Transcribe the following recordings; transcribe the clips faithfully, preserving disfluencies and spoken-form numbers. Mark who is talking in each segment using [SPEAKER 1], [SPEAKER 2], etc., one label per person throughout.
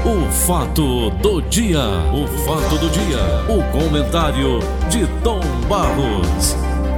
[SPEAKER 1] O fato do dia, o fato do dia, o comentário de Tom Barros.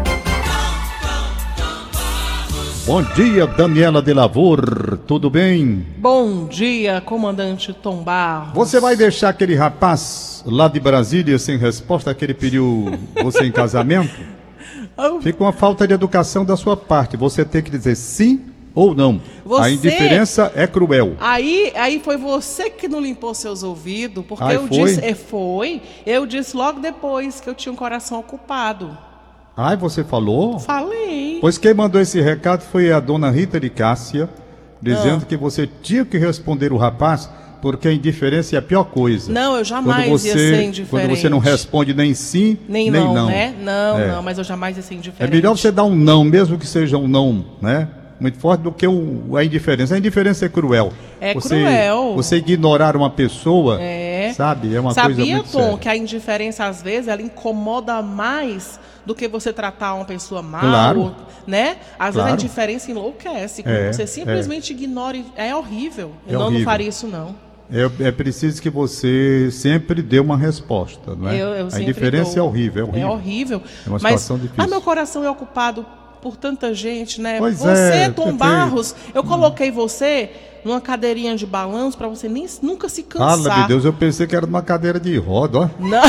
[SPEAKER 2] Bom dia, Daniela de Lavor, tudo bem?
[SPEAKER 3] Bom dia, comandante Tom Barros.
[SPEAKER 2] Você vai deixar aquele rapaz lá de Brasília sem resposta, aquele pediu você em casamento? Fica uma falta de educação da sua parte, você tem que dizer sim ou não. Você... A indiferença é cruel.
[SPEAKER 3] Aí, aí foi você que não limpou seus ouvidos, porque
[SPEAKER 2] Ai,
[SPEAKER 3] eu
[SPEAKER 2] foi?
[SPEAKER 3] disse, é, foi, eu disse logo depois que eu tinha um coração ocupado.
[SPEAKER 2] Ai, você falou?
[SPEAKER 3] Falei.
[SPEAKER 2] Pois quem mandou esse recado foi a dona Rita de Cássia, dizendo
[SPEAKER 3] ah.
[SPEAKER 2] que você tinha que responder o rapaz, porque a indiferença é a pior coisa.
[SPEAKER 3] Não, eu jamais
[SPEAKER 2] quando você,
[SPEAKER 3] ia ser indiferente.
[SPEAKER 2] Quando você não responde nem sim,
[SPEAKER 3] nem,
[SPEAKER 2] nem
[SPEAKER 3] não,
[SPEAKER 2] não,
[SPEAKER 3] né? Não,
[SPEAKER 2] é.
[SPEAKER 3] não, mas eu jamais ia ser indiferente.
[SPEAKER 2] É melhor você dar um não, mesmo que seja um não, né? Muito forte, do que o, a indiferença. A indiferença é cruel.
[SPEAKER 3] É
[SPEAKER 2] você,
[SPEAKER 3] cruel.
[SPEAKER 2] Você ignorar uma pessoa,
[SPEAKER 3] é.
[SPEAKER 2] sabe? É uma
[SPEAKER 3] Sabia,
[SPEAKER 2] coisa muito
[SPEAKER 3] Tom,
[SPEAKER 2] séria.
[SPEAKER 3] que a indiferença, às vezes, ela incomoda mais do que você tratar uma pessoa mal,
[SPEAKER 2] claro.
[SPEAKER 3] né? Às
[SPEAKER 2] claro.
[SPEAKER 3] vezes a indiferença enlouquece. Quando é, você simplesmente é. ignora, é horrível.
[SPEAKER 2] É
[SPEAKER 3] eu não,
[SPEAKER 2] horrível.
[SPEAKER 3] não faria isso, não.
[SPEAKER 2] É, é preciso que você sempre dê uma resposta, não é?
[SPEAKER 3] Eu, eu
[SPEAKER 2] a indiferença
[SPEAKER 3] dou.
[SPEAKER 2] é horrível, é horrível.
[SPEAKER 3] É horrível.
[SPEAKER 2] É uma
[SPEAKER 3] Mas,
[SPEAKER 2] situação difícil.
[SPEAKER 3] Ah, meu coração é ocupado por tanta gente, né?
[SPEAKER 2] Pois
[SPEAKER 3] você,
[SPEAKER 2] é,
[SPEAKER 3] Tom
[SPEAKER 2] perfeito.
[SPEAKER 3] Barros, eu coloquei você numa cadeirinha de balanço para você nem, nunca se cansar.
[SPEAKER 2] Fala, meu Deus, eu pensei que era numa cadeira de roda, ó.
[SPEAKER 3] Não.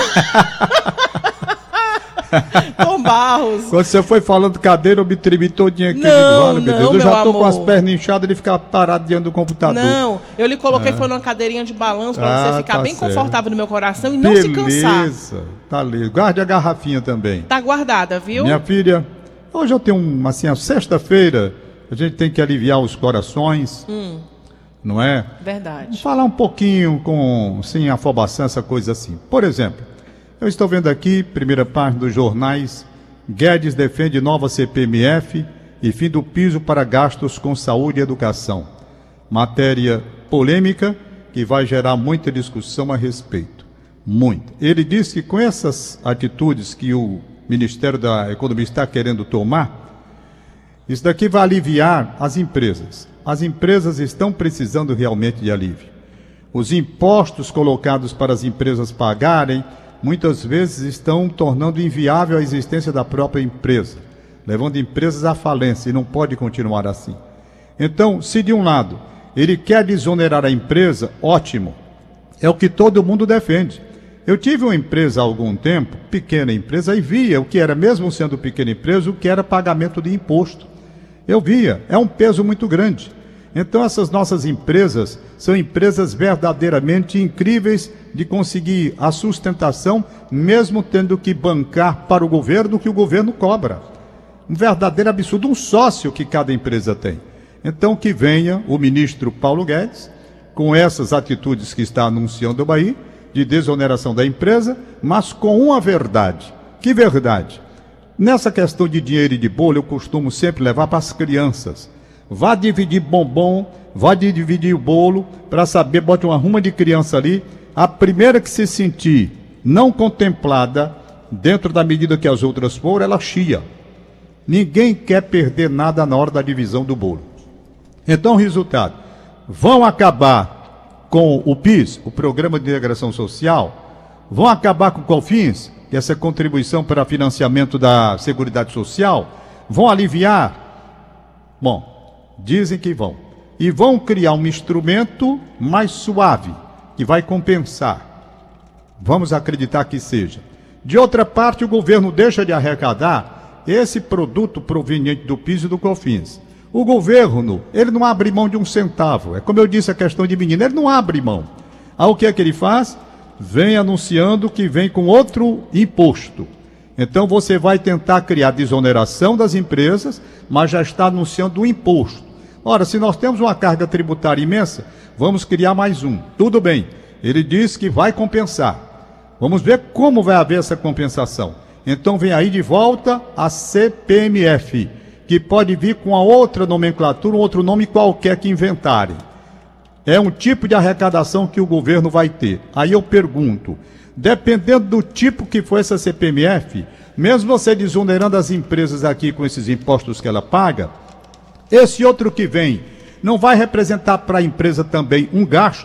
[SPEAKER 3] Tom Barros.
[SPEAKER 2] Quando você foi falando cadeira, eu me tremi todinho aqui.
[SPEAKER 3] Não,
[SPEAKER 2] Fala, meu
[SPEAKER 3] não,
[SPEAKER 2] Deus, eu já
[SPEAKER 3] meu
[SPEAKER 2] tô
[SPEAKER 3] amor.
[SPEAKER 2] com as pernas inchadas de ficar parado diante do computador.
[SPEAKER 3] Não, eu lhe coloquei
[SPEAKER 2] Ah.
[SPEAKER 3] foi numa cadeirinha de balanço para
[SPEAKER 2] Ah,
[SPEAKER 3] você ficar
[SPEAKER 2] tá
[SPEAKER 3] bem
[SPEAKER 2] certo.
[SPEAKER 3] confortável no meu coração e não se cansar.
[SPEAKER 2] Beleza, tá lindo. Guarde a garrafinha também.
[SPEAKER 3] Tá guardada, viu?
[SPEAKER 2] Minha filha, hoje eu tenho um, assim, a sexta-feira, a gente tem que aliviar os corações,
[SPEAKER 3] Hum,
[SPEAKER 2] não é?
[SPEAKER 3] verdade.
[SPEAKER 2] Falar um pouquinho com, sem afobação, essa coisa assim. Por exemplo, eu estou vendo aqui, primeira página dos jornais, Guedes defende nova C P M F e fim do piso para gastos com saúde e educação. Matéria polêmica que vai gerar muita discussão a respeito. Muito. Ele diz que com essas atitudes que o Ministério da Economia está querendo tomar, isso daqui vai aliviar as empresas. As empresas estão precisando realmente de alívio. Os impostos colocados para as empresas pagarem, muitas vezes estão tornando inviável a existência da própria empresa, levando empresas à falência, e não pode continuar assim. Então, se de um lado ele quer desonerar a empresa, ótimo, é o que todo mundo defende. Eu tive uma empresa há algum tempo, pequena empresa, e via o que era, mesmo sendo pequena empresa, o que era pagamento de imposto. Eu via, é um peso muito grande. Então essas nossas empresas são empresas verdadeiramente incríveis de conseguir a sustentação, mesmo tendo que bancar para o governo o que o governo cobra. Um verdadeiro absurdo, um sócio que cada empresa tem. Então que venha o ministro Paulo Guedes, com essas atitudes que está anunciando aí, de desoneração da empresa, mas com uma verdade. Que verdade? Nessa questão de dinheiro e de bolo, eu costumo sempre levar para as crianças. Vá dividir bombom, vá dividir o bolo, para saber, bote uma ruma de criança ali, a primeira que se sentir não contemplada, dentro da medida que as outras foram, ela chia. Ninguém quer perder nada na hora da divisão do bolo. Então, resultado, vão acabar com o P I S, o Programa de Integração Social, vão acabar com o COFINS, essa contribuição para financiamento da Seguridade Social, vão aliviar? Bom, dizem que vão. E vão criar um instrumento mais suave, que vai compensar. Vamos acreditar que seja. De outra parte, o governo deixa de arrecadar esse produto proveniente do P I S e do COFINS. O governo, ele não abre mão de um centavo. É como eu disse, a questão de menino, ele não abre mão. Aí o que é que ele faz? Vem anunciando que vem com outro imposto. Então você vai tentar criar desoneração das empresas, mas já está anunciando o imposto. Ora, se nós temos uma carga tributária imensa, vamos criar mais um. Tudo bem, ele diz que vai compensar. Vamos ver como vai haver essa compensação. Então vem aí de volta a C P M F, que pode vir com a outra nomenclatura, um outro nome qualquer que inventarem. É um tipo de arrecadação que o governo vai ter. Aí eu pergunto, dependendo do tipo que for essa C P M F, mesmo você desonerando as empresas aqui com esses impostos que ela paga, esse outro que vem não vai representar para a empresa também um gasto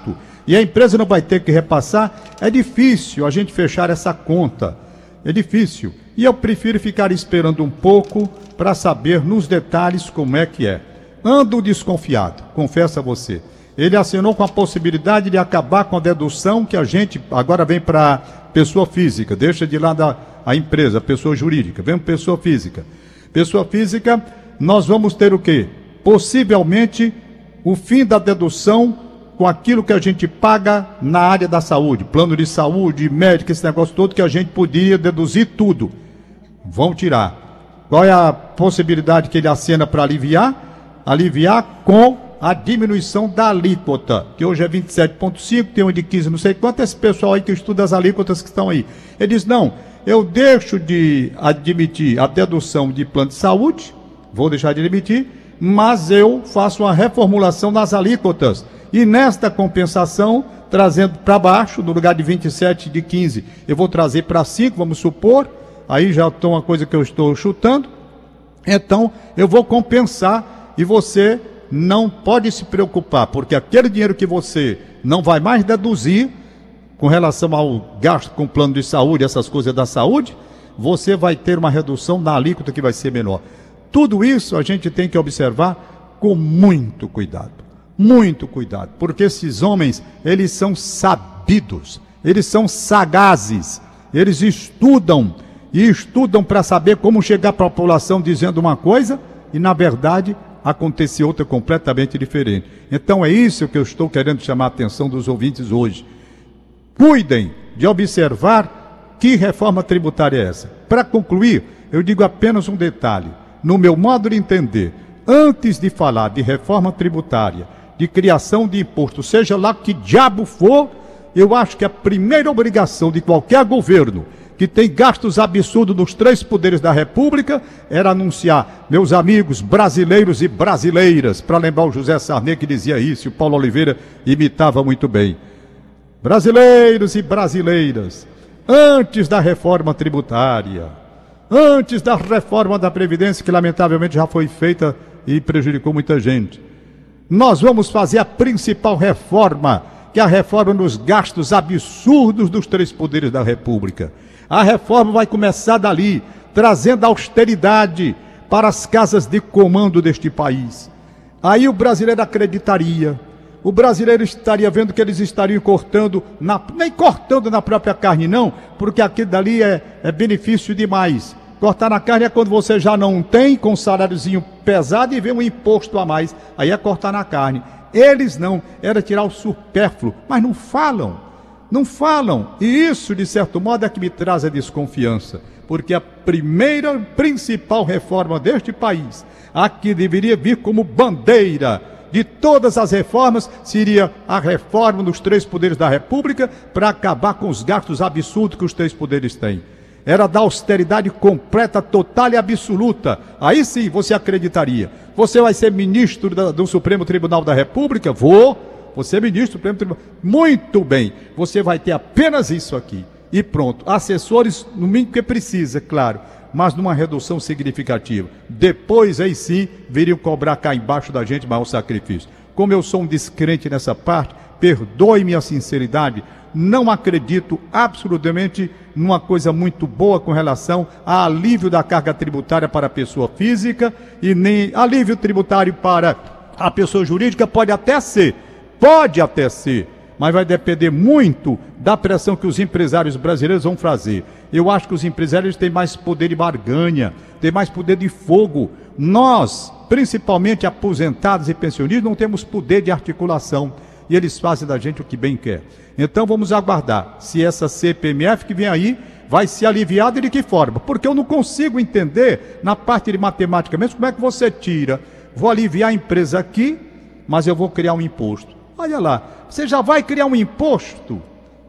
[SPEAKER 2] e a empresa não vai ter que repassar, é difícil a gente fechar essa conta. É difícil. E eu prefiro ficar esperando um pouco para saber nos detalhes como é que é. Ando desconfiado, confesso a você. Ele assinou com a possibilidade de acabar com a dedução que a gente agora vem para pessoa física, deixa de lado a, a empresa, pessoa jurídica, vem para pessoa física. Pessoa física, nós vamos ter o quê? Possivelmente o fim da dedução com aquilo que a gente paga na área da saúde, plano de saúde, médico, esse negócio todo que a gente podia deduzir tudo. Vão tirar. Qual é a possibilidade que ele acena para aliviar? Aliviar com a diminuição da alíquota, que hoje é vinte e sete vírgula cinco, tem um de quinze, não sei quanto, esse pessoal aí que estuda as alíquotas que estão aí. Ele diz, não, eu deixo de admitir a dedução de plano de saúde, vou deixar de admitir, mas eu faço uma reformulação das alíquotas. E nesta compensação, trazendo para baixo, no lugar de vinte e sete de quinze, eu vou trazer para cinco, vamos supor, aí já está uma coisa que eu estou chutando, então eu vou compensar e você não pode se preocupar, porque aquele dinheiro que você não vai mais deduzir com relação ao gasto com plano de saúde, essas coisas da saúde, você vai ter uma redução na alíquota que vai ser menor. Tudo isso a gente tem que observar com muito cuidado, muito cuidado, porque esses homens, eles são sabidos, eles são sagazes, eles estudam, e estudam para saber como chegar para a população dizendo uma coisa, e na verdade acontecer outra completamente diferente. Então é isso que eu estou querendo chamar a atenção dos ouvintes hoje. Cuidem de observar que reforma tributária é essa. Para concluir, eu digo apenas um detalhe. No meu modo de entender, antes de falar de reforma tributária, de criação de imposto, seja lá que diabo for, eu acho que a primeira obrigação de qualquer governo que tem gastos absurdos nos três poderes da República, era anunciar, meus amigos brasileiros e brasileiras, para lembrar o José Sarney que dizia isso, e o Paulo Oliveira imitava muito bem. Brasileiros e brasileiras, antes da reforma tributária, antes da reforma da Previdência, que lamentavelmente já foi feita e prejudicou muita gente, nós vamos fazer a principal reforma, que é a reforma nos gastos absurdos dos três poderes da República. A reforma vai começar dali, trazendo austeridade para as casas de comando deste país. Aí o brasileiro acreditaria, o brasileiro estaria vendo que eles estariam cortando, na, nem cortando na própria carne não, porque aquilo dali é, é benefício demais. Cortar na carne é quando você já não tem, com um saláriozinho pesado e vê um imposto a mais, aí é cortar na carne. Eles não, era tirar o supérfluo, mas não falam. Não falam, e isso, de certo modo, é que me traz a desconfiança, porque a primeira principal reforma deste país, a que deveria vir como bandeira de todas as reformas, seria a reforma dos três poderes da República para acabar com os gastos absurdos que os três poderes têm. Era da austeridade completa, total e absoluta. Aí sim você acreditaria. Você vai ser ministro da, do Supremo Tribunal da República? Vou. Você é ministro do Supremo Tribunal. Muito bem. Você vai ter apenas isso aqui. E pronto. Assessores, no mínimo que precisa, claro. Mas numa redução significativa. Depois, aí sim, viriam cobrar cá embaixo da gente maior sacrifício. Como eu sou um descrente nessa parte, perdoe-me a sinceridade, não acredito absolutamente numa coisa muito boa com relação a alívio da carga tributária para a pessoa física e nem alívio tributário para a pessoa jurídica. Pode até ser, pode até ser, mas vai depender muito da pressão que os empresários brasileiros vão fazer. Eu acho que os empresários têm mais poder de barganha, têm mais poder de fogo. Nós, principalmente aposentados e pensionistas, não temos poder de articulação. E eles fazem da gente o que bem quer. Então vamos aguardar se essa C P M F que vem aí vai ser aliviada e de que forma. Porque eu não consigo entender, na parte de matemática mesmo, como é que você tira. Vou aliviar a empresa aqui, mas eu vou criar um imposto. Olha lá, você já vai criar um imposto?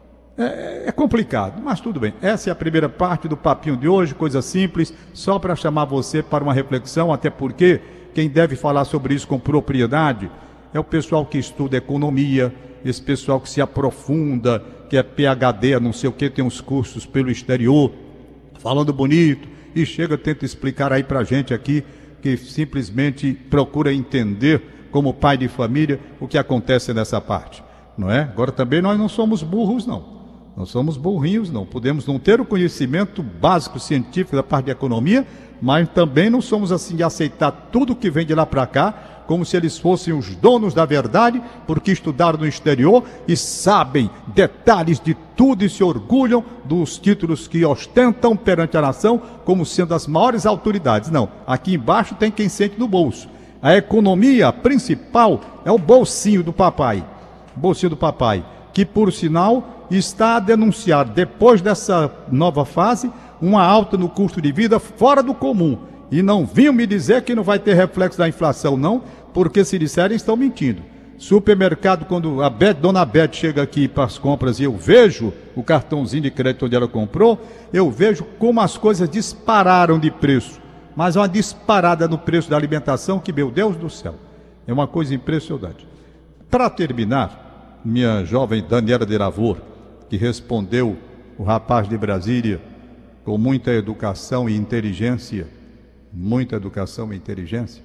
[SPEAKER 2] É, é complicado, mas tudo bem. Essa é a primeira parte do papinho de hoje, coisa simples, só para chamar você para uma reflexão, até porque quem deve falar sobre isso com propriedade é o pessoal que estuda economia, esse pessoal que se aprofunda, que é P H D, não sei o que, tem uns cursos pelo exterior, falando bonito, e chega, tenta explicar aí pra gente aqui, que simplesmente procura entender, como pai de família, o que acontece nessa parte. não é? Agora também nós não somos burros, não. Não somos burrinhos, não. Podemos não ter o conhecimento básico científico da parte de economia, mas também não somos assim de aceitar tudo que vem de lá para cá, como se eles fossem os donos da verdade, porque estudaram no exterior e sabem detalhes de tudo e se orgulham dos títulos que ostentam perante a nação como sendo as maiores autoridades. Não, aqui embaixo tem quem sente no bolso. A economia principal é o bolsinho do papai, bolsinho do papai, que por sinal está a denunciar, depois dessa nova fase, uma alta no custo de vida fora do comum. E não vinham me dizer que não vai ter reflexo da inflação, não, porque se disserem estão mentindo. Supermercado, quando a Beth, dona Beth chega aqui para as compras e eu vejo o cartãozinho de crédito onde ela comprou, eu vejo como as coisas dispararam de preço. Mas uma disparada no preço da alimentação que, meu Deus do céu, é uma coisa impressionante. Para terminar, minha jovem Daniela de Lavor, que respondeu o rapaz de Brasília com muita educação e inteligência, muita educação e inteligência,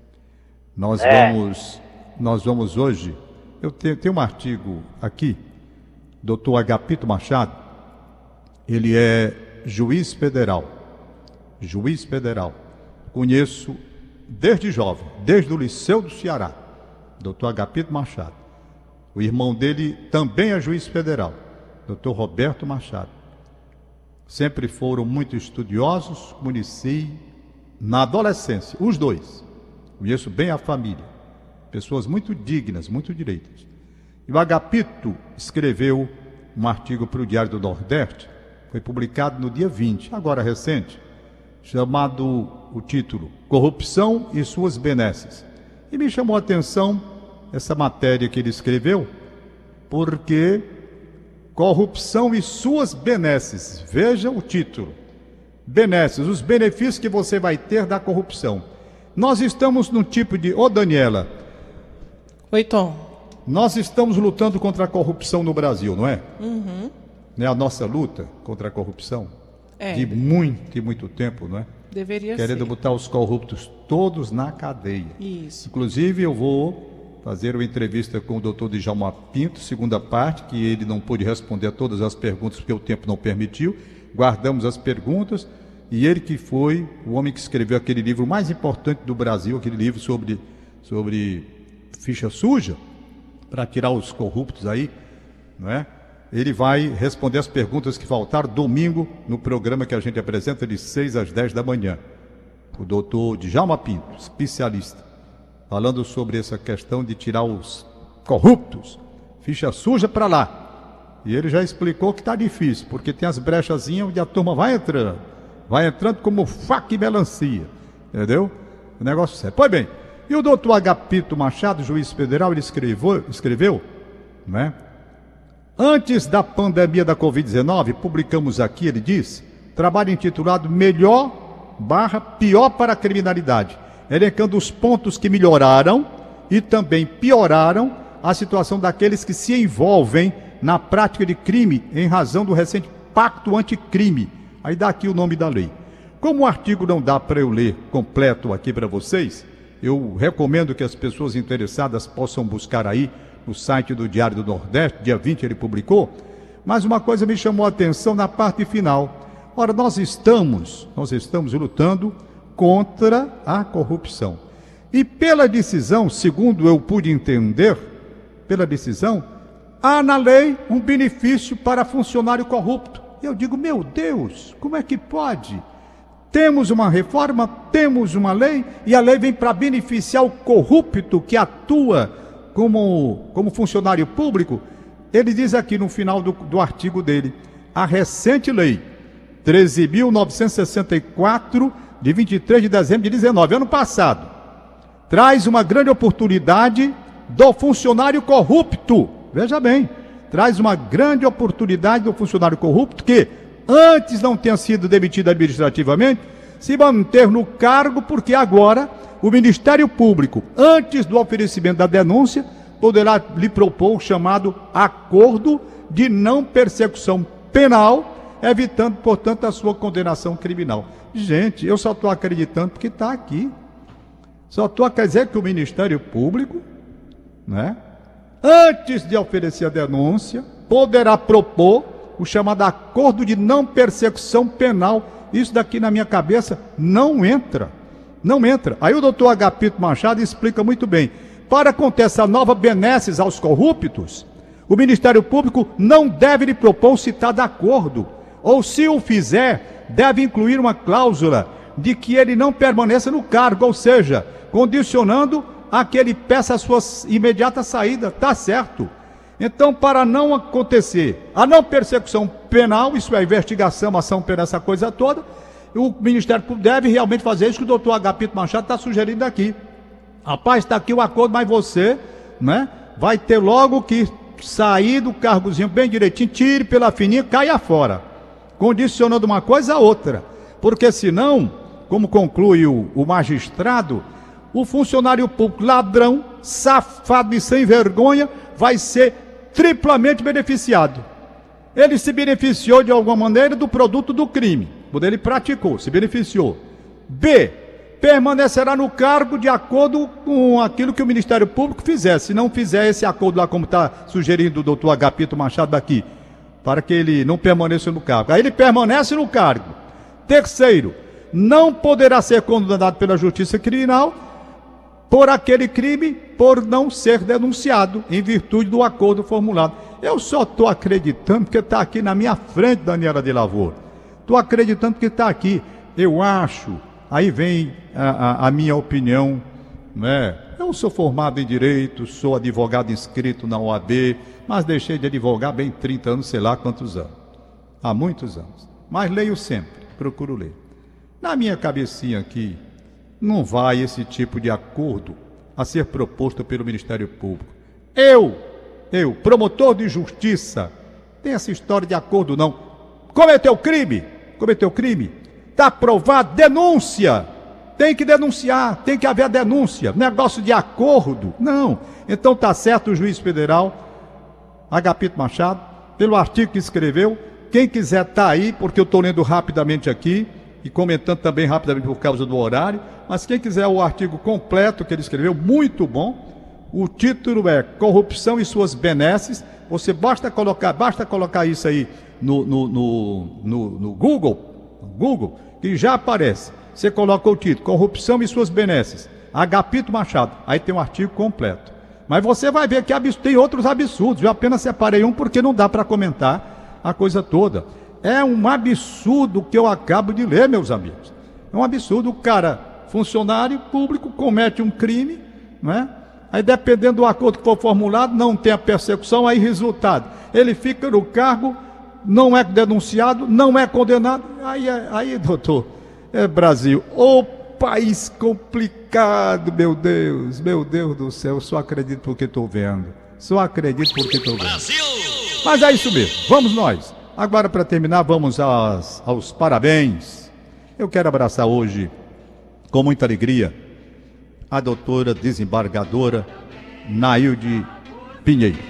[SPEAKER 2] nós é. vamos, nós vamos hoje, eu tenho, tenho um artigo aqui, doutor Agapito Machado, ele é juiz federal, juiz federal, conheço desde jovem, desde o Liceu do Ceará, doutor Agapito Machado. O irmão dele também é juiz federal, doutor Roberto Machado. Sempre foram muito estudiosos, conheci na adolescência, os dois. Conheço bem a família, pessoas muito dignas, muito direitas. E o Agapito escreveu um artigo para o Diário do Nordeste, foi publicado no dia vinte, agora recente, chamado, o título, Corrupção e Suas Benesses. E me chamou a atenção essa matéria que ele escreveu, porque corrupção e suas benesses, veja o título, benesses, os benefícios que você vai ter da corrupção. Nós estamos num tipo de, ô oh, Daniela,
[SPEAKER 3] oi Tom,
[SPEAKER 2] nós estamos lutando contra a corrupção no Brasil, não é?
[SPEAKER 3] Uhum.
[SPEAKER 2] Né, a nossa luta contra a corrupção,
[SPEAKER 3] é.
[SPEAKER 2] de muito e muito tempo, não é?
[SPEAKER 3] Deveria
[SPEAKER 2] Querendo
[SPEAKER 3] ser.
[SPEAKER 2] botar os corruptos todos na cadeia.
[SPEAKER 3] Isso.
[SPEAKER 2] Inclusive eu vou fazer uma entrevista com o doutor Djalma Pinto, segunda parte, que ele não pôde responder a todas as perguntas porque o tempo não permitiu. Guardamos as perguntas e ele que foi o homem que escreveu aquele livro mais importante do Brasil, aquele livro sobre, sobre ficha suja, para tirar os corruptos aí, não é? Ele vai responder as perguntas que faltaram domingo no programa que a gente apresenta de seis às dez da manhã. O doutor Djalma Pinto, especialista, falando sobre essa questão de tirar os corruptos, ficha suja para lá. E ele já explicou que está difícil, porque tem as brechazinhas onde a turma vai entrando, vai entrando como faca e melancia, entendeu? O negócio sério. Pois bem, e o doutor Agapito Machado, juiz federal, ele escreveu, escreveu, não é? Antes da pandemia da covid dezenove, publicamos aqui, ele diz, trabalho intitulado Melhor barra Pior para a Criminalidade, elencando os pontos que melhoraram e também pioraram a situação daqueles que se envolvem na prática de crime em razão do recente Pacto Anticrime. Aí dá aqui o nome da lei. Como o artigo não dá para eu ler completo aqui para vocês, eu recomendo que as pessoas interessadas possam buscar aí no site do Diário do Nordeste, dia vinte ele publicou, mas uma coisa me chamou a atenção na parte final. Ora, nós estamos, nós estamos lutando contra a corrupção. E pela decisão, segundo eu pude entender, pela decisão, há na lei um benefício para funcionário corrupto. E eu digo, meu Deus, como é que pode? Temos uma reforma, temos uma lei, e a lei vem para beneficiar o corrupto que atua como, como funcionário público. Ele diz aqui no final do, do artigo dele, a recente lei treze mil novecentos e sessenta e quatro, de vinte e três de dezembro de dezenove, ano passado, traz uma grande oportunidade do funcionário corrupto. Veja bem, traz uma grande oportunidade do funcionário corrupto que antes não tenha sido demitido administrativamente, se manter no cargo, porque agora o Ministério Público, antes do oferecimento da denúncia, poderá lhe propor o chamado acordo de não persecução penal, evitando, portanto, a sua condenação criminal. Gente, eu só estou acreditando porque está aqui. Só estou a quer dizer que o Ministério Público, né, antes de oferecer a denúncia, poderá propor o chamado acordo de não persecução penal. Isso daqui na minha cabeça não entra, não entra. Aí o doutor Agapito Machado explica muito bem. Para conter essa nova benesses aos corruptos, o Ministério Público não deve lhe propor o citado acordo, ou se o fizer, deve incluir uma cláusula de que ele não permaneça no cargo, ou seja, condicionando a que ele peça a sua imediata saída. Tá certo. Então, para não acontecer a não persecução penal, isso é investigação, ação penal, essa coisa toda, o Ministério Público deve realmente fazer isso que o doutor Agapito Machado está sugerindo aqui. Rapaz, está aqui o acordo, mas você, né, vai ter logo que sair do cargozinho bem direitinho, tire pela fininha, caia fora, condicionando uma coisa a outra, porque senão, como conclui o, o magistrado, o funcionário público ladrão, safado e sem vergonha vai ser triplamente beneficiado. Ele se beneficiou de alguma maneira do produto do crime, quando ele praticou, se beneficiou. B, permanecerá no cargo de acordo com aquilo que o Ministério Público fizer. Se não fizer esse acordo lá, como está sugerindo o doutor Agapito Machado aqui, para que ele não permaneça no cargo. Aí ele permanece no cargo. Terceiro, não poderá ser condenado pela Justiça Criminal por aquele crime por não ser denunciado, em virtude do acordo formulado. Eu só estou acreditando porque está aqui na minha frente, Daniela de Lavor. Estou acreditando porque está aqui. Eu acho... Aí vem a, a, a minha opinião, né? Eu sou formado em Direito, sou advogado inscrito na O A B, mas deixei de advogar bem trinta anos, sei lá quantos anos. Há muitos anos. Mas leio sempre, procuro ler. Na minha cabecinha aqui, não vai esse tipo de acordo a ser proposto pelo Ministério Público. Eu, eu, promotor de justiça, tem essa história de acordo não. Cometeu crime, cometeu crime. Está aprovado, denúncia, tem que denunciar, tem que haver denúncia, negócio de acordo, não. Então está certo o juiz federal, Agapito Machado, pelo artigo que escreveu. Quem quiser está aí, porque eu estou lendo rapidamente aqui, e comentando também rapidamente por causa do horário, mas quem quiser o artigo completo que ele escreveu, muito bom, o título é Corrupção e suas benesses. Você basta colocar, basta colocar isso aí no, no, no, no, no Google, no Google, que já aparece. Você coloca o título, Corrupção e suas benesses, Agapito Machado, aí tem um artigo completo. Mas você vai ver que tem outros absurdos, eu apenas separei um porque não dá para comentar a coisa toda. É um absurdo que eu acabo de ler, meus amigos. É um absurdo. O cara, funcionário público, comete um crime, não é? Aí dependendo do acordo que for formulado, não tem a persecução, aí resultado, ele fica no cargo, não é denunciado, não é condenado. Aí, aí doutor, é Brasil, ô país complicado, meu Deus, meu Deus do céu, eu só acredito porque estou vendo, só acredito porque estou vendo. Brasil! Mas é isso mesmo, vamos nós. Agora, para terminar, vamos aos, aos parabéns. Eu quero abraçar hoje, com muita alegria, a doutora desembargadora Nailde Pinheiro.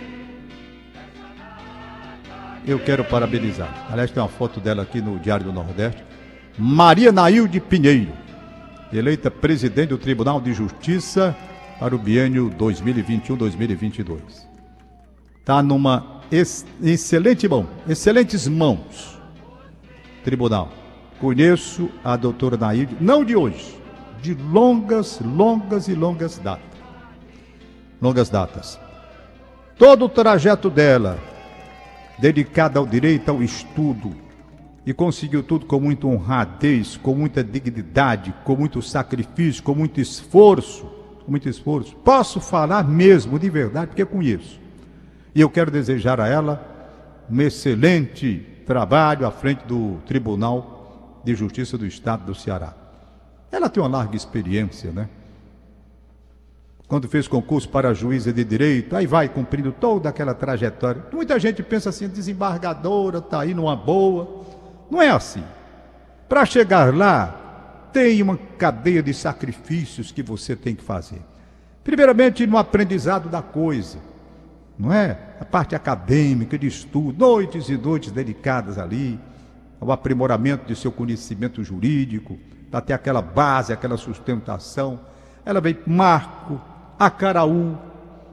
[SPEAKER 2] Eu quero parabenizar. Aliás, tem uma foto dela aqui no Diário do Nordeste. Maria Nailde Pinheiro, eleita presidente do Tribunal de Justiça para o biênio dois mil e vinte e um a dois mil e vinte e dois. Está numa ex excelente mão, excelentes mãos. Tribunal. Conheço a doutora Nailde, não de hoje, de longas, longas e longas datas. Longas datas. Todo o trajeto dela, dedicado ao direito, ao estudo, e conseguiu tudo com muita honradez, com muita dignidade, com muito sacrifício, com muito esforço, com muito esforço. Posso falar mesmo, de verdade, porque conheço. E eu quero desejar a ela um excelente trabalho à frente do Tribunal de Justiça do Estado do Ceará. Ela tem uma larga experiência, né? Quando fez concurso para juíza de direito, aí vai cumprindo toda aquela trajetória. Muita gente pensa assim, desembargadora, está aí numa boa. Não é assim. Para chegar lá, tem uma cadeia de sacrifícios que você tem que fazer. Primeiramente, no aprendizado da coisa, não é? A parte acadêmica, de estudo, noites e noites dedicadas ali, ao aprimoramento de seu conhecimento jurídico, para ter aquela base, aquela sustentação. Ela veio Marco, Acaraú,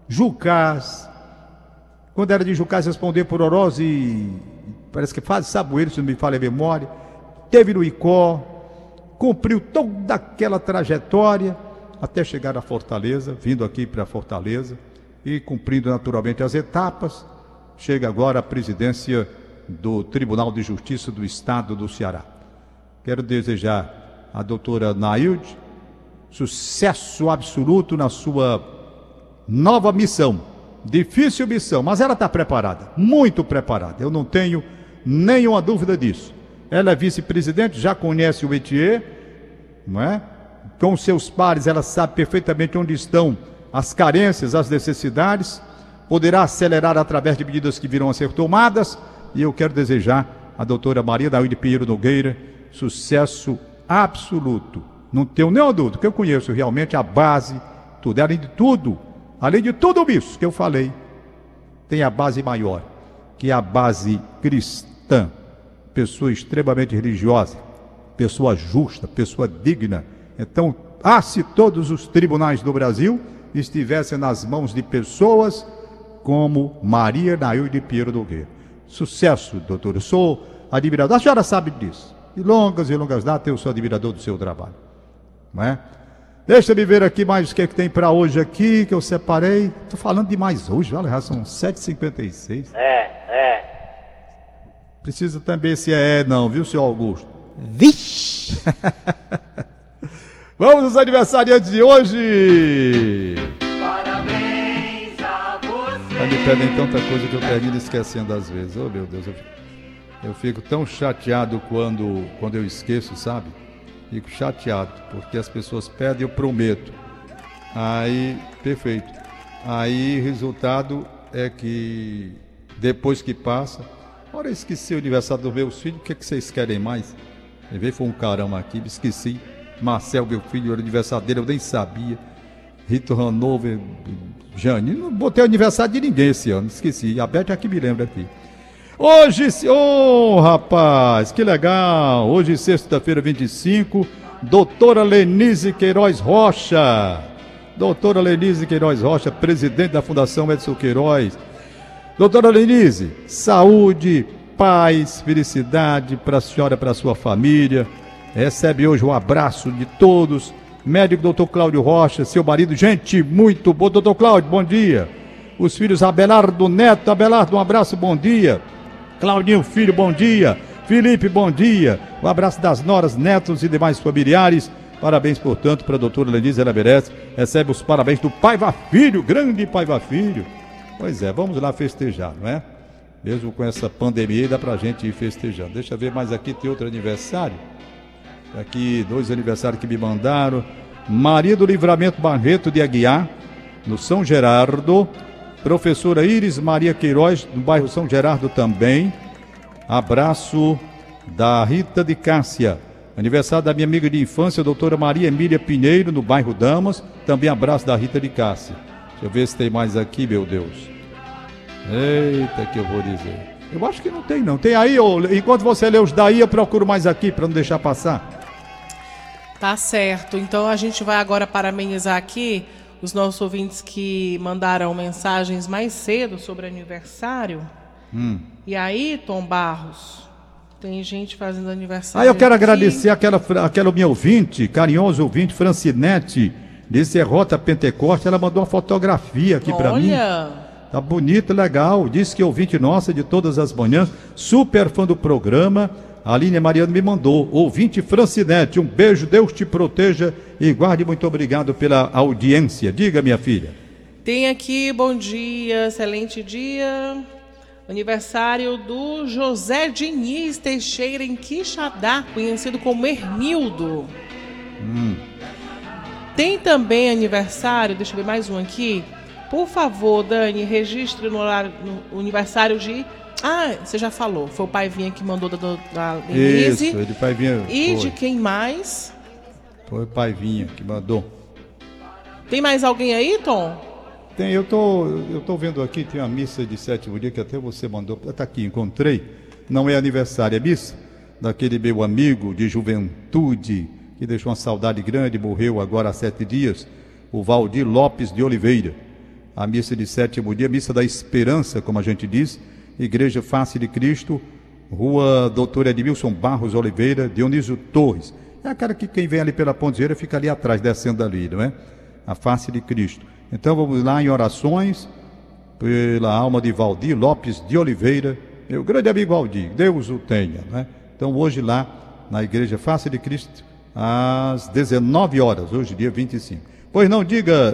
[SPEAKER 2] Jucás. Quando era de Jucás, responder por Oroz e parece que faz Saboeiro, se não me falha a memória. Teve no Icó, cumpriu toda aquela trajetória até chegar à Fortaleza, vindo aqui para Fortaleza e cumprindo naturalmente as etapas. Chega agora à presidência do Tribunal de Justiça do Estado do Ceará. Quero desejar à doutora Nailde sucesso absoluto na sua nova missão. Difícil missão, mas ela está preparada, muito preparada. Eu não tenho nenhuma dúvida disso. Ela é vice-presidente, já conhece o métier, não é? Com seus pares, ela sabe perfeitamente onde estão as carências, as necessidades. Poderá acelerar através de medidas que virão a ser tomadas. E eu quero desejar à doutora Maria Nailde Pinheiro Nogueira sucesso absoluto. Não tenho nenhuma dúvida, que eu conheço realmente a base, tudo. Além de tudo, além de tudo isso que eu falei, tem a base maior, que é a base cristã. Pessoa extremamente religiosa, pessoa justa, pessoa digna. Então, ah, se todos os tribunais do Brasil estivessem nas mãos de pessoas como Maria Nailde Pinheiro Nogueira. Sucesso, doutor. Eu sou admirador, a senhora sabe disso. De longas e longas datas eu sou admirador do seu trabalho. Não é? Deixa eu ver aqui mais o que, é que tem para hoje aqui, que eu separei. Estou falando demais hoje, olha, já são sete e cinquenta e seis.
[SPEAKER 4] É, é.
[SPEAKER 2] Precisa também se é, é não, viu, senhor Augusto?
[SPEAKER 3] Vixe!
[SPEAKER 2] Vamos aos aniversariantes de hoje!
[SPEAKER 4] Parabéns a você.
[SPEAKER 2] Me pedem tanta coisa que eu termino esquecendo às vezes. Oh, meu Deus, eu, eu fico tão chateado quando, quando eu esqueço, sabe? Fico chateado, porque as pessoas pedem, eu prometo. Aí, perfeito. Aí, resultado é que depois que passa, ora, eu esqueci o aniversário dos meus filhos, o que, é que vocês querem mais? Levei foi um caramba aqui, me esqueci. Marcel, meu filho, era o aniversário dele, eu nem sabia. Rito Hanover, Jane, não botei o aniversário de ninguém esse ano, esqueci. A Beth aqui me lembra aqui. Hoje, ô oh, rapaz, que legal. Hoje, sexta-feira, vinte e cinco, doutora Lenise Queiroz Rocha. Doutora Lenise Queiroz Rocha, presidente da Fundação Edson Queiroz. Doutora Lenise, saúde, paz, felicidade para a senhora e para a sua família. Recebe hoje um abraço de todos. Médico doutor Cláudio Rocha, seu marido, gente muito boa. Doutor Cláudio, bom dia. Os filhos Abelardo Neto, Abelardo, um abraço, bom dia. Claudinho Filho, bom dia. Felipe, bom dia. Um abraço das noras, netos e demais familiares. Parabéns, portanto, para a doutora Lenise, ela merece. Recebe os parabéns do Paiva Filho, grande Paiva Filho. Pois é, vamos lá festejar, não é? Mesmo com essa pandemia, dá pra gente ir festejando. Deixa eu ver mais aqui, tem outro aniversário. Aqui, dois aniversários que me mandaram. Maria do Livramento Barreto de Aguiar, no São Gerardo. Professora Iris Maria Queiroz, no bairro São Gerardo também. Abraço da Rita de Cássia. Aniversário da minha amiga de infância, doutora Maria Emília Pinheiro, no bairro Damas. Também abraço da Rita de Cássia. Deixa eu ver se tem mais aqui, meu Deus. Eita, que eu vou dizer. Eu acho que não tem, não. Tem aí, ou, enquanto você lê os daí, eu procuro mais aqui, para não deixar passar.
[SPEAKER 3] Tá certo. Então a gente vai agora parabenizar aqui os nossos ouvintes que mandaram mensagens mais cedo sobre aniversário. Hum. E aí, Tom Barros, tem gente fazendo aniversário.
[SPEAKER 2] Ah, eu quero
[SPEAKER 3] aqui.
[SPEAKER 2] agradecer aquela, aquela minha ouvinte, carinhosa ouvinte, Francinete, de Serrota Pentecoste. Ela mandou uma fotografia aqui para mim.
[SPEAKER 3] Olha!
[SPEAKER 2] Tá bonito, legal. Disse que ouvinte nossa de todas as manhãs, super fã do programa. A Aline Mariano me mandou. Ouvinte Francinete, um beijo, Deus te proteja e guarde. Muito obrigado pela audiência. Diga, minha filha.
[SPEAKER 3] Tem aqui, bom dia, excelente dia. Aniversário do José Diniz Teixeira em Quixadá, conhecido como Hernildo. Hum. Tem também aniversário, deixa eu ver mais um aqui. Por favor, Dani, registre no, horário, no aniversário de... Ah, você já falou. Foi o Paivinha que mandou da, da Denise.
[SPEAKER 2] Isso, ele Paivinha.
[SPEAKER 3] E
[SPEAKER 2] foi.
[SPEAKER 3] De quem mais?
[SPEAKER 2] Foi o Paivinha que mandou.
[SPEAKER 3] Tem mais alguém aí, Tom?
[SPEAKER 2] Tem, eu tô, eu tô vendo aqui, tem uma missa de sétimo dia que até você mandou. Tá aqui, encontrei. Não é aniversário, é missa daquele meu amigo de juventude que deixou uma saudade grande, morreu agora há sete dias, o Valdir Lopes de Oliveira. a missa de sétimo dia, missa da esperança, como a gente diz, Igreja Face de Cristo, Rua Doutor Edmilson Barros Oliveira, Dionísio Torres. É aquela que quem vem ali pela Ponteira fica ali atrás, descendo ali, não é? A Face de Cristo. Então vamos lá em orações pela alma de Valdir Lopes de Oliveira, meu grande amigo Valdir, Deus o tenha, né? Então hoje lá na Igreja Face de Cristo, às dezenove horas, hoje dia vinte e cinco. Pois não, diga...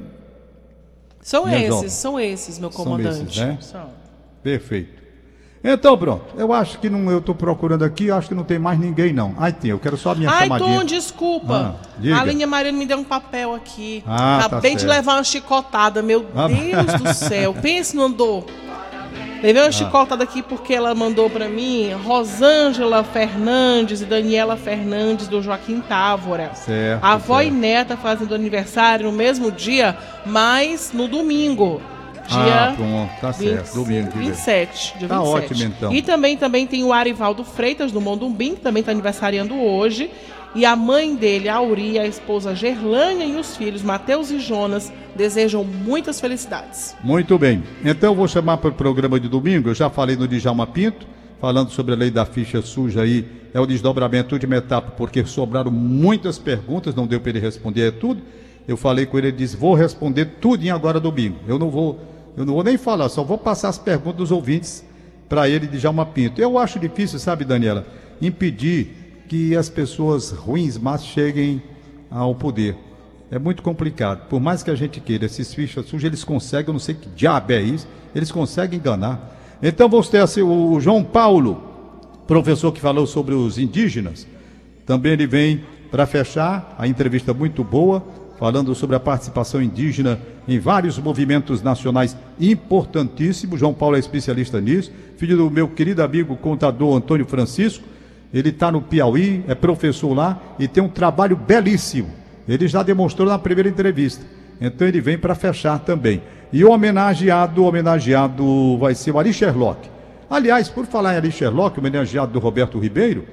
[SPEAKER 3] São esses,
[SPEAKER 2] jovem.
[SPEAKER 3] são esses, meu comandante.
[SPEAKER 2] São esses, né?
[SPEAKER 3] São.
[SPEAKER 2] Perfeito. Então pronto, eu acho que não, eu estou procurando aqui, eu acho que não tem mais ninguém não. Ai, tem, eu quero só a minha
[SPEAKER 3] Ai,
[SPEAKER 2] chamadinha.
[SPEAKER 3] Tom, desculpa.
[SPEAKER 2] Ah, diga.
[SPEAKER 3] A Linha Mariana me deu um papel aqui.
[SPEAKER 2] Ah,
[SPEAKER 3] Acabei
[SPEAKER 2] tá
[SPEAKER 3] de
[SPEAKER 2] certo.
[SPEAKER 3] levar uma chicotada, meu
[SPEAKER 2] Ah,
[SPEAKER 3] Deus do céu. Pense no andor. Levei uma
[SPEAKER 2] Ah.
[SPEAKER 3] chicotada aqui porque ela mandou pra mim Rosângela Fernandes e Daniela Fernandes do Joaquim Távora.
[SPEAKER 2] Certo,
[SPEAKER 3] A avó e
[SPEAKER 2] certo.
[SPEAKER 3] neta fazendo aniversário no mesmo dia, mas no domingo. Dia
[SPEAKER 2] Ah, pronto, tá certo, domingo. que vem.
[SPEAKER 3] vinte e sete, dia
[SPEAKER 2] Tá
[SPEAKER 3] vinte e sete.
[SPEAKER 2] ótimo, então.
[SPEAKER 3] E também, também tem o Arivaldo Freitas, do Mondumbim, que também está aniversariando hoje. E a mãe dele, a Auri, a esposa Gerlânia e os filhos, Mateus e Jonas, desejam muitas felicidades.
[SPEAKER 2] Muito bem, então eu vou chamar para o programa de domingo, eu já falei no Djalma Pinto, falando sobre a lei da ficha suja aí, é o desdobramento de última etapa, porque sobraram muitas perguntas, não deu para ele responder tudo. Eu falei com ele, ele disse, vou responder tudo em agora domingo. Eu não vou, eu não vou nem falar, só vou passar as perguntas dos ouvintes para ele, Djalma Pinto. Eu acho difícil, sabe, Daniela, impedir que as pessoas ruins, mas cheguem ao poder. É muito complicado. Por mais que a gente queira, esses fichas sujas, eles conseguem, eu não sei que diabo é isso, eles conseguem enganar. Então vamos ter assim, o João Paulo, professor que falou sobre os indígenas, também ele vem para fechar a entrevista muito boa, falando sobre a participação indígena em vários movimentos nacionais importantíssimos. João Paulo é especialista nisso, filho do meu querido amigo contador Antônio Francisco. Ele está no Piauí, é professor lá e tem um trabalho belíssimo. Ele já demonstrou na primeira entrevista. Então ele vem para fechar também. E o homenageado, o homenageado vai ser o Ari Sherlock. Aliás, por falar em Ari Sherlock, homenageado do Roberto Ribeiro,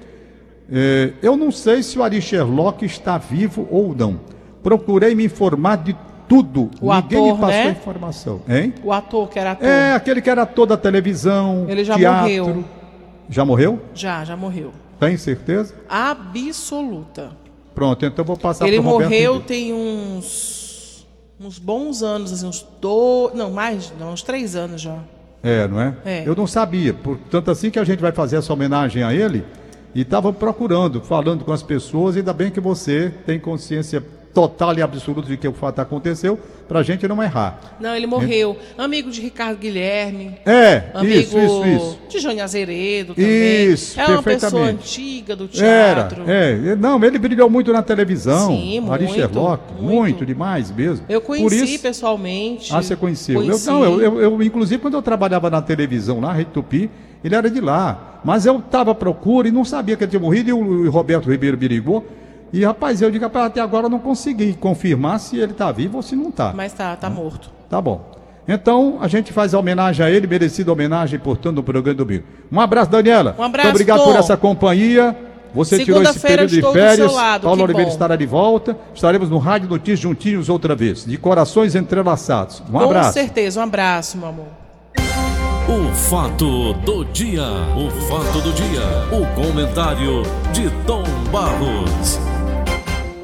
[SPEAKER 2] eh, eu não sei se o Ari Sherlock está vivo ou não. Procurei me informar de tudo.
[SPEAKER 3] O
[SPEAKER 2] Ninguém
[SPEAKER 3] ator,
[SPEAKER 2] me passou
[SPEAKER 3] né?
[SPEAKER 2] informação. Hein?
[SPEAKER 3] O ator que era ator.
[SPEAKER 2] É, aquele que era ator da televisão,
[SPEAKER 3] Ele já
[SPEAKER 2] teatro.
[SPEAKER 3] morreu.
[SPEAKER 2] Já morreu?
[SPEAKER 3] Já, já morreu.
[SPEAKER 2] Tem certeza?
[SPEAKER 3] Absoluta.
[SPEAKER 2] Pronto, então eu vou passar
[SPEAKER 3] Ele
[SPEAKER 2] pro Roberto
[SPEAKER 3] morreu
[SPEAKER 2] Ribeiro.
[SPEAKER 3] tem uns uns bons anos, assim, uns dois, não, mais, não, uns três anos já.
[SPEAKER 2] É, não é?
[SPEAKER 3] É.
[SPEAKER 2] Eu não sabia, portanto assim que a gente vai fazer essa homenagem a ele, e estava procurando, falando com as pessoas, ainda bem que você tem consciência total e absoluta de que o fato aconteceu, para a gente não errar.
[SPEAKER 3] Não, ele morreu. Amigo de Ricardo Guilherme.
[SPEAKER 2] É,
[SPEAKER 3] Amigo
[SPEAKER 2] isso, isso, isso.
[SPEAKER 3] de Jônio Azeredo também.
[SPEAKER 2] Isso,
[SPEAKER 3] é uma pessoa
[SPEAKER 2] perfeitamente.
[SPEAKER 3] antiga do
[SPEAKER 2] Era,
[SPEAKER 3] teatro.
[SPEAKER 2] é, não, ele brilhou muito na televisão,
[SPEAKER 3] Sim,
[SPEAKER 2] Ari
[SPEAKER 3] muito,
[SPEAKER 2] Sherlock, muito.
[SPEAKER 3] muito.
[SPEAKER 2] demais mesmo.
[SPEAKER 3] Eu
[SPEAKER 2] Por
[SPEAKER 3] conheci
[SPEAKER 2] isso,
[SPEAKER 3] pessoalmente.
[SPEAKER 2] Ah, você conheceu? Eu,
[SPEAKER 3] Conheci.
[SPEAKER 2] não, eu, eu, eu, inclusive, quando eu trabalhava na televisão lá, Rede Tupi, ele era de lá. Mas eu estava à procura e não sabia que ele tinha morrido, e o, o Roberto Ribeiro me ligou. E, rapaz, eu digo, rapaz, até agora eu não consegui confirmar se ele está vivo ou se não está.
[SPEAKER 3] Mas tá, tá morto.
[SPEAKER 2] Tá bom. Então, a gente faz a homenagem a ele, merecida homenagem, portanto, no programa do domingo. Um abraço, Daniela.
[SPEAKER 3] Um abraço,
[SPEAKER 2] Muito obrigado
[SPEAKER 3] Tom.
[SPEAKER 2] por essa companhia. Você tirou esse
[SPEAKER 3] Segunda-feira
[SPEAKER 2] período de
[SPEAKER 3] estou do
[SPEAKER 2] férias.
[SPEAKER 3] seu lado,
[SPEAKER 2] Paulo
[SPEAKER 3] que
[SPEAKER 2] Oliveira
[SPEAKER 3] bom.
[SPEAKER 2] estará de volta. Estaremos no Rádio Notícias juntinhos outra vez. De corações entrelaçados. Um
[SPEAKER 3] Com
[SPEAKER 2] abraço.
[SPEAKER 3] certeza, um abraço, meu amor.
[SPEAKER 1] O fato do dia, o fato do dia, o comentário de Tom Barros.